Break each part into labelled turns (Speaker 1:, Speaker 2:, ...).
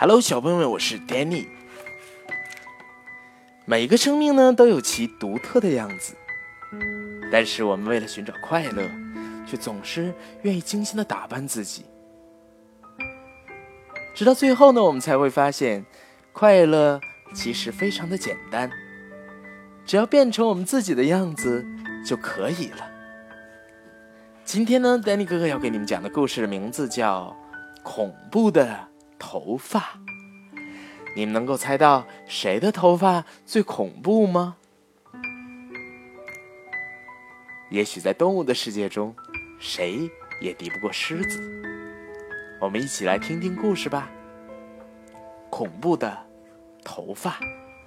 Speaker 1: Hello， 小朋友们，我是 Danny。每个生命呢都有其独特的样子，但是我们为了寻找快乐，却总是愿意精心的打扮自己。直到最后呢，我们才会发现，快乐其实非常的简单，只要变成我们自己的样子就可以了。今天呢，Danny 哥哥要给你们讲的故事的名字叫《恐怖的头发》。你们能够猜到谁的头发最恐怖吗？也许在动物的世界中，谁也敌不过狮子。我们一起来听听故事吧。恐怖的头发。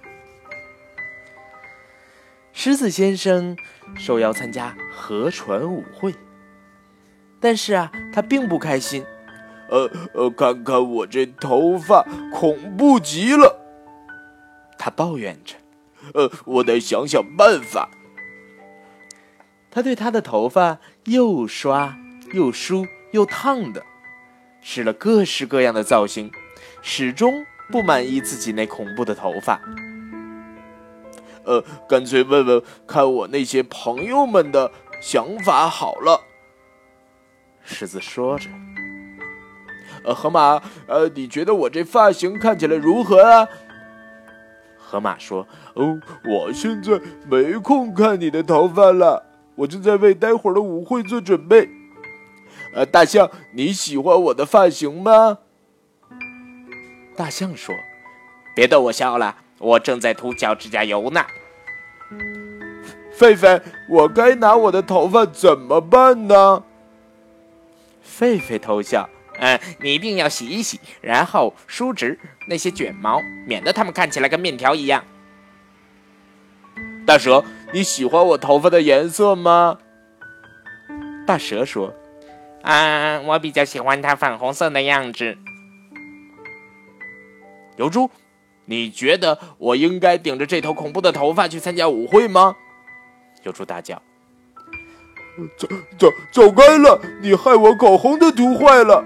Speaker 1: 狮子先生受邀参加河船舞会，但是他并不开心。
Speaker 2: 看看我这头发，恐怖极了。
Speaker 1: 他抱怨着。
Speaker 2: 我得想想办法。
Speaker 1: 他对他的头发又刷又梳又烫的，试了各式各样的造型，始终不满意自己那恐怖的头发。
Speaker 2: 干脆问问看我那些朋友们的想法好了。
Speaker 1: 狮子说着。
Speaker 2: 河马，你觉得我这发型看起来如何啊？
Speaker 1: 河马说：
Speaker 2: 我现在没空看你的头发了，我正在为待会儿的舞会做准备。大象，你喜欢我的发型吗？
Speaker 1: 大象说：别逗我笑了，我正在涂脚指甲油呢。
Speaker 2: 狒狒，我该拿我的头发怎么办呢？
Speaker 1: 狒狒偷笑：你一定要洗一洗，然后梳直那些卷毛，免得它们看起来跟面条一样。
Speaker 2: 大蛇，你喜欢我头发的颜色吗？
Speaker 1: 大蛇说：
Speaker 3: 我比较喜欢它粉红色的样子。
Speaker 2: 疣猪，你觉得我应该顶着这头恐怖的头发去参加舞会吗？
Speaker 1: 疣猪大叫：
Speaker 2: 走开了，你害我口红都涂坏了。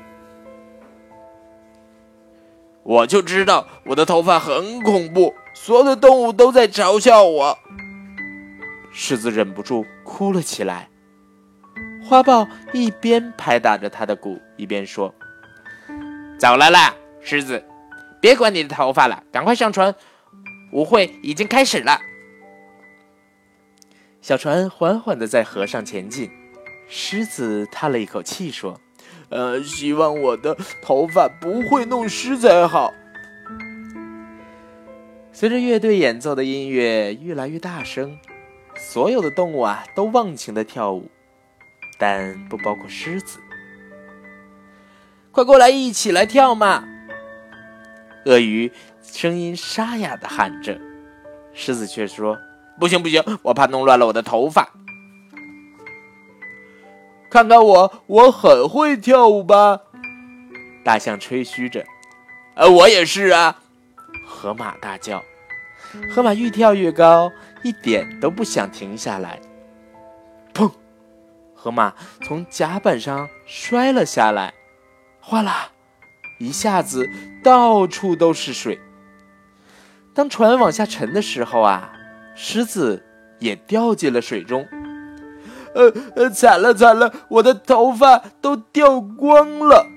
Speaker 2: 我就知道我的头发很恐怖，所有的动物都在嘲笑我。
Speaker 1: 狮子忍不住哭了起来。花豹一边拍打着他的鼓，一边说：
Speaker 3: 走了啦，狮子，别管你的头发了，赶快上船，舞会已经开始了。
Speaker 1: 小船缓缓地在河上前进。狮子叹了一口气说：
Speaker 2: 希望我的头发不会弄湿才好。
Speaker 1: 随着乐队演奏的音乐越来越大声，所有的动物都忘情地跳舞，但不包括狮子。
Speaker 2: 快过来，一起来跳嘛！
Speaker 1: 鳄鱼声音沙哑地喊着。狮子却说：
Speaker 3: 不行，我怕弄乱了我的头发。
Speaker 2: 看看我很会跳舞吧？
Speaker 1: 大象吹嘘着。
Speaker 2: 我也是啊！
Speaker 1: 河马大叫。河马越跳越高，一点都不想停下来。砰！河马从甲板上摔了下来，哗啦，一下子到处都是水。当船往下沉的时候狮子也掉进了水中。
Speaker 2: 惨了，我的头发都掉光了。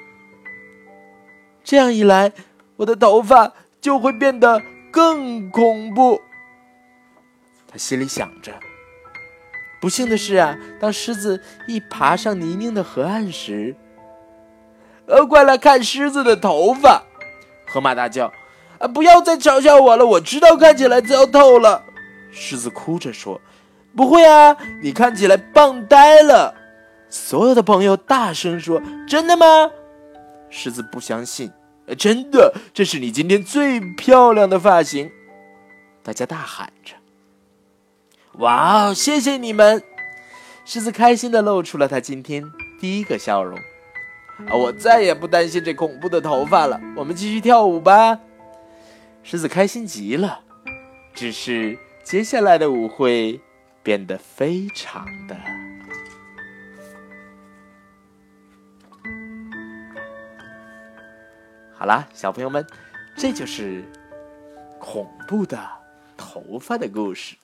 Speaker 1: 这样一来，
Speaker 2: 我的头发就会变得更恐怖。
Speaker 1: 他心里想着。不幸的是当狮子一爬上泥泞的河岸时，
Speaker 2: 快来看狮子的头发！河马大叫：不要再嘲笑我了，我知道看起来糟透了。
Speaker 1: 狮子哭着说：
Speaker 2: 不会你看起来棒呆了。
Speaker 1: 所有的朋友大声说：
Speaker 2: 真的吗？
Speaker 1: 狮子不相信。
Speaker 2: 真的，这是你今天最漂亮的发型。
Speaker 1: 大家大喊着。
Speaker 2: 哇，谢谢你们！
Speaker 1: 狮子开心地露出了他今天第一个笑容。
Speaker 2: 我再也不担心这恐怖的头发了，我们继续跳舞吧。
Speaker 1: 狮子开心极了，只是接下来的舞会变得非常的好啦，小朋友们，这就是恐怖的头发的故事。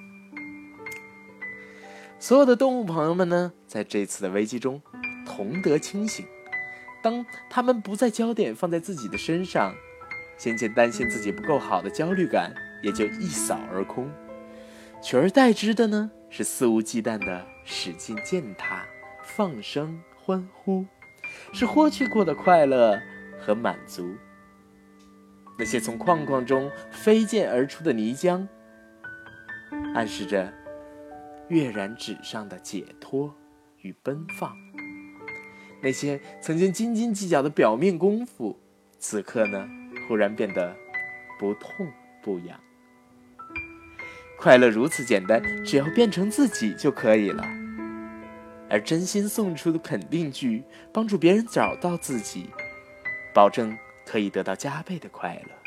Speaker 1: 所有的动物朋友们呢，在这次的危机中同得清醒。当他们不再焦点放在自己的身上，先前担心自己不够好的焦虑感也就一扫而空，取而代之的呢，是肆无忌惮的使劲践踏、放声欢呼，是获取过的快乐和满足。那些从框框中飞溅而出的泥浆，暗示着跃然纸上的解脱与奔放。那些曾经斤斤计较的表面功夫，此刻呢，忽然变得不痛不痒。快乐如此简单，只要变成自己就可以了。而真心送出的肯定句，帮助别人找到自己，保证可以得到加倍的快乐。